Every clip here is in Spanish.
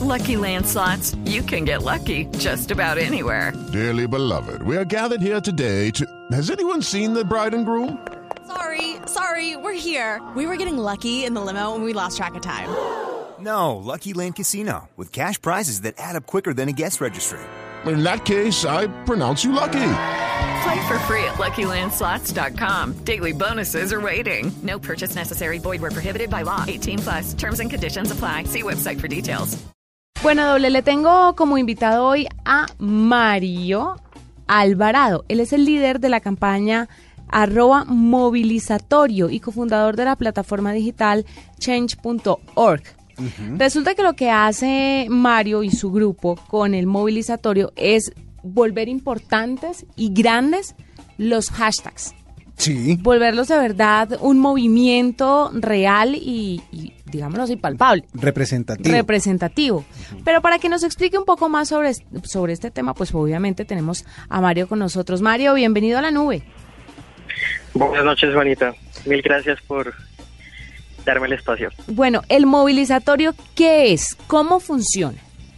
Lucky Land Slots, you can get lucky just about anywhere. Dearly beloved, we are gathered here today to... Has anyone seen the bride and groom? Sorry, we're here. We were getting lucky in the limo and we lost track of time. No, Lucky Land Casino, with cash prizes that add up quicker than a guest registry. In that case, I pronounce you lucky. Play for free at LuckyLandSlots.com. Daily bonuses are waiting. No purchase necessary. Void where prohibited by law. 18+. Terms and conditions apply. See website for details. Bueno, doble, le tengo como invitado hoy a Mario Alvarado. Él es el líder de la campaña @movilizatorio y cofundador de la plataforma digital change.org. Resulta que lo que hace Mario y su grupo con el movilizatorio es volver importantes y grandes los hashtags. Sí. Volverlos de verdad un movimiento real y digámoslo así, palpable. Representativo. Pero para que nos explique un poco más sobre este tema, pues obviamente tenemos a Mario con nosotros. Mario, bienvenido a La Nube. Buenas noches, Juanita. Mil gracias por darme el espacio. Bueno, el movilizatorio, ¿qué es? ¿Cómo funciona?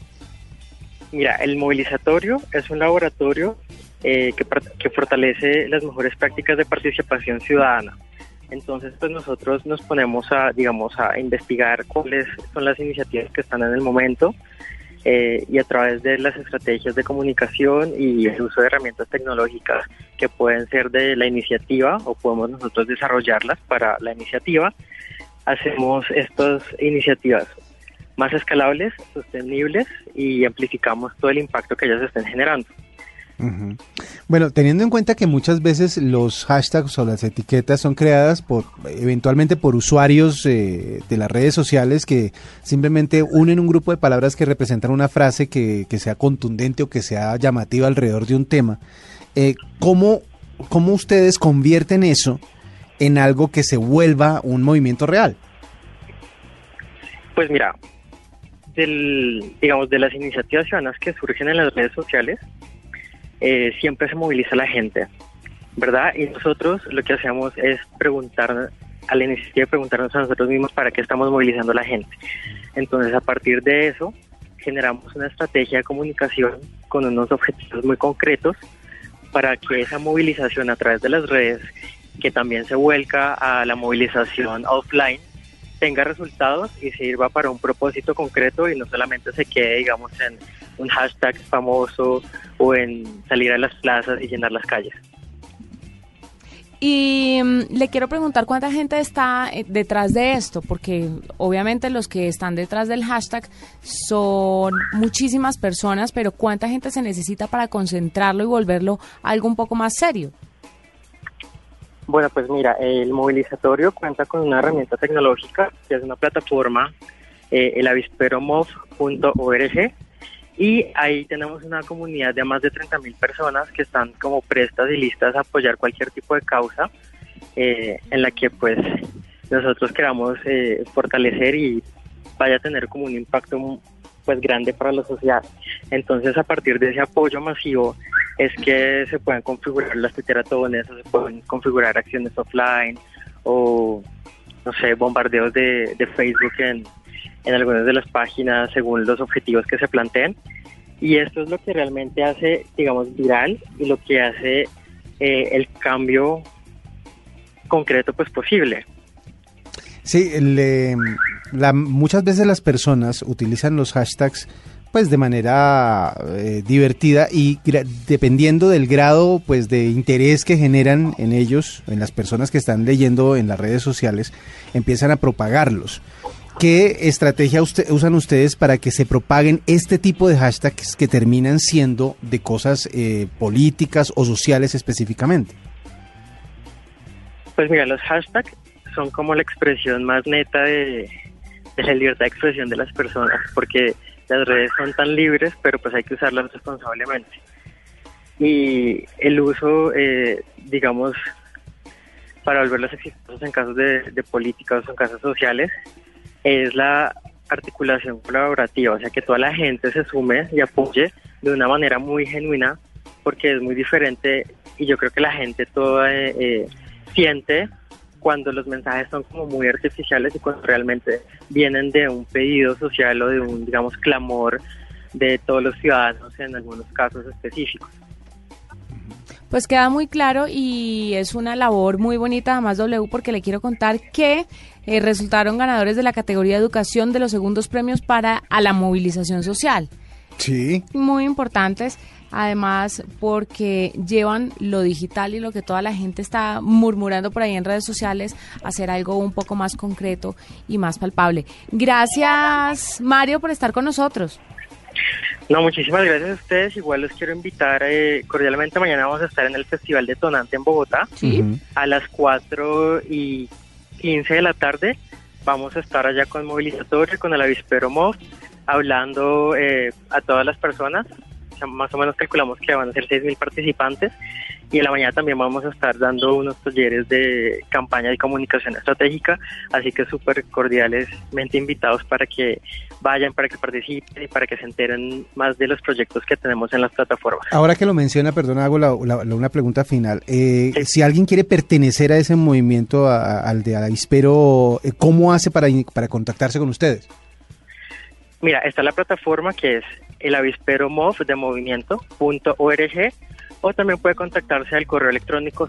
Mira, el movilizatorio es un laboratorio que fortalece las mejores prácticas de participación ciudadana. Entonces, pues nosotros nos ponemos a investigar cuáles son las iniciativas que están en el momento y a través de las estrategias de comunicación y el uso de herramientas tecnológicas que pueden ser de la iniciativa o podemos nosotros desarrollarlas para la iniciativa, hacemos estas iniciativas más escalables, sostenibles y amplificamos todo el impacto que ellas estén generando. Uh-huh. Bueno, teniendo en cuenta que muchas veces los hashtags o las etiquetas son creadas eventualmente por usuarios de las redes sociales que simplemente unen un grupo de palabras que representan una frase que sea contundente o que sea llamativa alrededor de un tema, ¿cómo ustedes convierten eso en algo que se vuelva un movimiento real? Pues mira, de las iniciativas ciudadanas que surgen en las redes sociales, siempre se moviliza la gente, ¿verdad? Y nosotros lo que hacemos es preguntarnos a nosotros mismos para qué estamos movilizando a la gente. Entonces, a partir de eso, generamos una estrategia de comunicación con unos objetivos muy concretos para que esa movilización a través de las redes, que también se vuelca a la movilización offline, tenga resultados y sirva para un propósito concreto y no solamente se quede, digamos, en un hashtag famoso o en salir a las plazas y llenar las calles. Y le quiero preguntar cuánta gente está detrás de esto, porque obviamente los que están detrás del hashtag son muchísimas personas, pero ¿cuánta gente se necesita para concentrarlo y volverlo algo un poco más serio? Bueno, pues mira, el movilizatorio cuenta con una herramienta tecnológica que es una plataforma, el avisperomov.org, y ahí tenemos una comunidad de más de 30,000 personas que están como prestas y listas a apoyar cualquier tipo de causa en la que pues nosotros queramos fortalecer y vaya a tener como un impacto pues grande para la sociedad. Entonces, a partir de ese apoyo masivo es que se pueden configurar las tuiteratones o se pueden configurar acciones offline o, no sé, bombardeos de Facebook en algunas de las páginas según los objetivos que se planteen. Y esto es lo que realmente hace, digamos, viral y lo que hace el cambio concreto pues posible. Sí, muchas veces las personas utilizan los hashtags pues de manera divertida y dependiendo del grado pues de interés que generan en ellos, en las personas que están leyendo en las redes sociales, empiezan a propagarlos. ¿Qué estrategia usan ustedes para que se propaguen este tipo de hashtags que terminan siendo de cosas políticas o sociales específicamente? Pues mira, los hashtags son como la expresión más neta de la libertad de expresión de las personas, porque las redes son tan libres, pero pues hay que usarlas responsablemente. Y el uso, digamos, para volverlos exitosos en casos de políticas o en casos sociales, es la articulación colaborativa, o sea, que toda la gente se sume y apoye de una manera muy genuina, porque es muy diferente y yo creo que la gente toda siente cuando los mensajes son como muy artificiales y cuando realmente vienen de un pedido social o de un, digamos, clamor de todos los ciudadanos en algunos casos específicos. Pues queda muy claro y es una labor muy bonita, además W, porque le quiero contar que resultaron ganadores de la categoría de educación de los segundos premios a la movilización social. Sí. Muy importantes, además porque llevan lo digital y lo que toda la gente está murmurando por ahí en redes sociales, a hacer algo un poco más concreto y más palpable. Gracias, Mario, por estar con nosotros. No, muchísimas gracias a ustedes. Igual los quiero invitar cordialmente. Mañana vamos a estar en el Festival Detonante en Bogotá. Sí. A las 4:15 de la tarde. Vamos a estar allá con Movilizatorio, con el Avispero MOV, hablando a todas las personas. O sea, más o menos calculamos que van a ser 6,000 participantes. Y en la mañana también vamos a estar dando unos talleres de campaña de comunicación estratégica, así que súper cordialmente invitados para que vayan, para que participen y para que se enteren más de los proyectos que tenemos en las plataformas. Ahora que lo menciona, perdona, hago una pregunta final. Sí. Si alguien quiere pertenecer a ese movimiento, al de Avispero, ¿cómo hace para contactarse con ustedes? Mira, está la plataforma que es el Avispero MOV de movimiento.org, o también puede contactarse al correo electrónico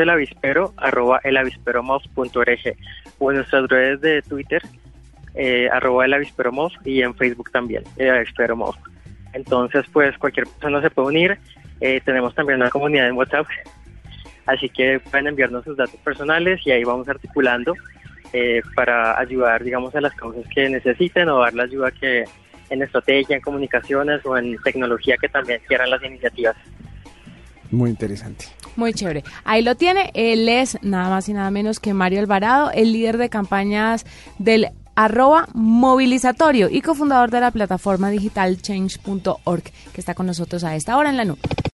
somoselavispero@elavisperomov.org, o en nuestras redes de Twitter @elavisperomov, y en Facebook también elavisperomov. Entonces, pues cualquier persona se puede unir. Tenemos también una comunidad en WhatsApp, así que pueden enviarnos sus datos personales y ahí vamos articulando para ayudar, digamos, a las causas que necesiten, o dar la ayuda que en estrategia, en comunicaciones o en tecnología que también quieran las iniciativas. Muy interesante. Muy chévere. Ahí lo tiene. Él es nada más y nada menos que Mario Alvarado, el líder de campañas del @movilizatorio y cofundador de la plataforma digital change.org, que está con nosotros a esta hora en la nube.